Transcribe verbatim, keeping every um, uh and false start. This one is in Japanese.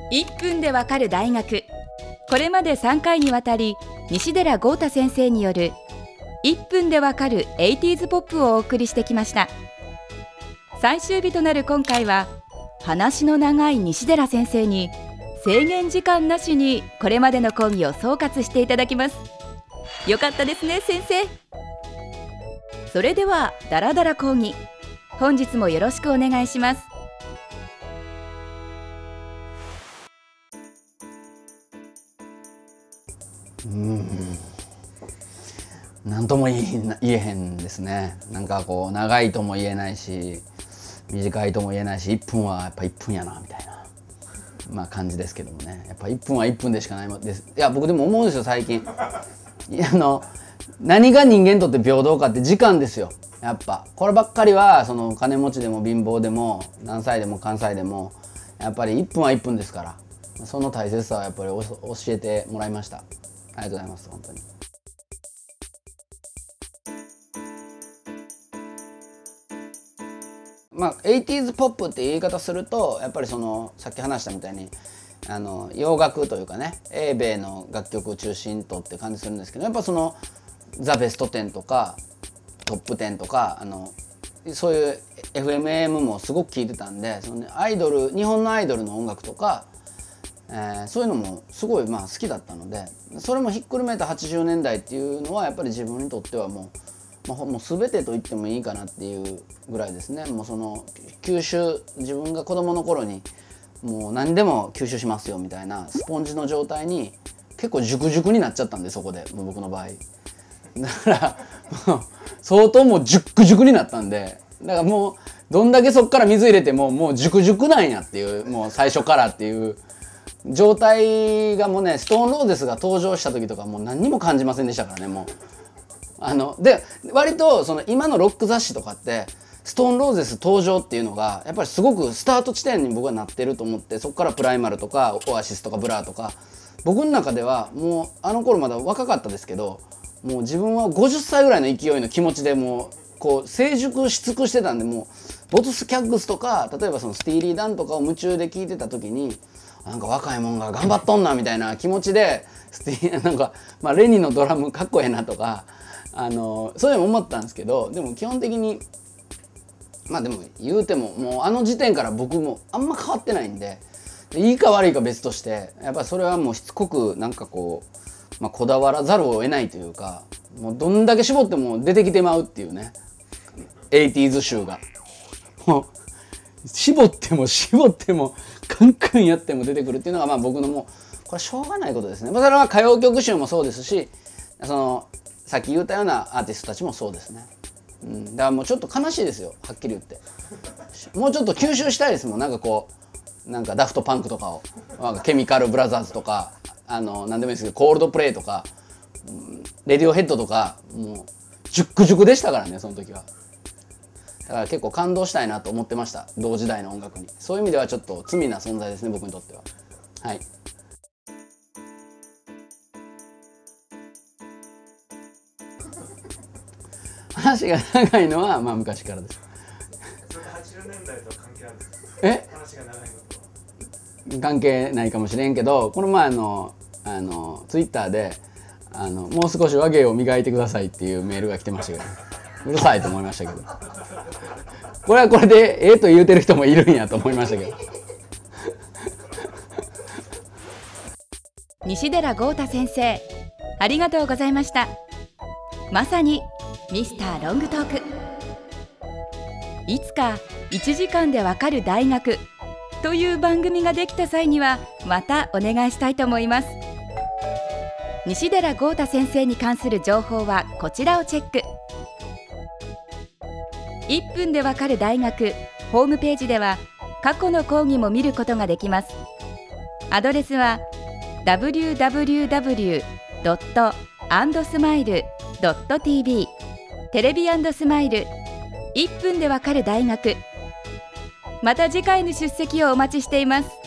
いっぷんでわかる大学。これまでさんかいにわたり西寺豪太先生によるいっぷんでわかるエイティーズポップをお送りしてきました。最終日となる今回は、話の長い西寺先生に制限時間なしにこれまでの講義を総括していただきます。よかったですね、先生。それではダラダラ講義、本日もよろしくお願いします。 うーん、なんとも言え、言えへんですね。なんかこう長いとも言えないし、短いとも言えないし、いっぷんはやっぱいっぷんやなみたいな、まあ感じですけどもね。やっぱいっぷんはいっぷんでしかないです。いや、僕でも思うんですよ、最近。いや、あの何が人間にとって平等かって時間ですよ。やっぱこればっかりは、その金持ちでも貧乏でも何歳でも関西でも、やっぱりいっぷんはいっぷんですから、その大切さはやっぱり教えてもらいました。ありがとうございます、本当に。まあ、エイティーズ ポップっていう言い方すると、やっぱりそのさっき話したみたいにあの洋楽というかね、英米の楽曲を中心とって感じするんですけど、やっぱそのザ・ベストテンとかトップテンとか、あのそういう エフエムエーエム もすごく聴いてたんで、その、ね、アイドル、日本のアイドルの音楽とか、えー、そういうのもすごいまあ好きだったので、それもひっくるめたはちじゅうねんだいっていうのはやっぱり自分にとってはもう、まあ、もう全てと言ってもいいかなっていうぐらいですね。もうその吸収、自分が子供の頃にもう何でも吸収しますよみたいなスポンジの状態に結構熟熟になっちゃったんで、そこでもう僕の場合だからもう相当もう熟熟になったんで、だからもうどんだけそっから水入れてももう熟熟なんやっていう、もう最初からっていう状態がもうね、ストーンローゼスが登場した時とかもう何にも感じませんでしたからね。もうあので割とその今のロック雑誌とかってストーンローゼス登場っていうのがやっぱりすごくスタート地点に僕はなってると思って、そこからプライマルとかオアシスとかブラーとか、僕の中ではもうあの頃まだ若かったですけど、もう自分はごじゅっさいぐらいの勢いの気持ちでもうこう成熟し尽くしてたんで、もうボトス・キャッグスとか例えばそのスティーリー・ダンとかを夢中で聴いてた時に、なんか若いもんが頑張っとんなみたいな気持ちで、スティなんか、まあ、レニのドラムかっこええなとか、あのそういうのも思ったんですけど、でも基本的にまあでも言うてももうあの時点から僕もあんま変わってないんで、いいか悪いか別として、やっぱりそれはもうしつこくなんかこう、まあ、こだわらざるを得ないというか、もうどんだけ絞っても出てきてまうっていうね、エイティーズ 集がもう絞っても絞ってもカンカンやっても出てくるっていうのがまあ僕のもうこれしょうがないことですね。それは歌謡曲集もそうですし、そのさっき言ったようなアーティストたちもそうですね。うん、だからもうちょっと悲しいですよ、はっきり言って。もうちょっと吸収したいですもん。なんかこうなんかダフトパンクとかを、なんかケミカルブラザーズとか、あの何でもいいですけどコールドプレイとか、うん、レディオヘッドとか、もう熟熟でしたからね、その時は。だから結構感動したいなと思ってました、同時代の音楽に。そういう意味ではちょっと罪な存在ですね、僕にとっては。はい。話が長いのはまあ昔からです。 それはちじゅうねんだいとは関係あるんですか？ え？ 話が長いのと関係ないかもしれんけど、この前あのあのツイッターであのもう少し和芸を磨いてくださいっていうメールが来てましたけど、うるさいと思いましたけど、これはこれでええと言うてる人もいるんやと思いましたけど。 西寺豪太先生、ありがとうございました。まさにミスターロングトーク。いつかいちじかんでわかる大学という番組ができた際にはまたお願いしたいと思います。西寺豪太先生に関する情報はこちらをチェック。いっぷんでわかる大学ホームページでは過去の講義も見ることができます。アドレスは ダブリューダブリューダブリュードットアンドスマイルドットティービー テレビ&スマイルいっぷんでわかる大学。また次回の出席をお待ちしています。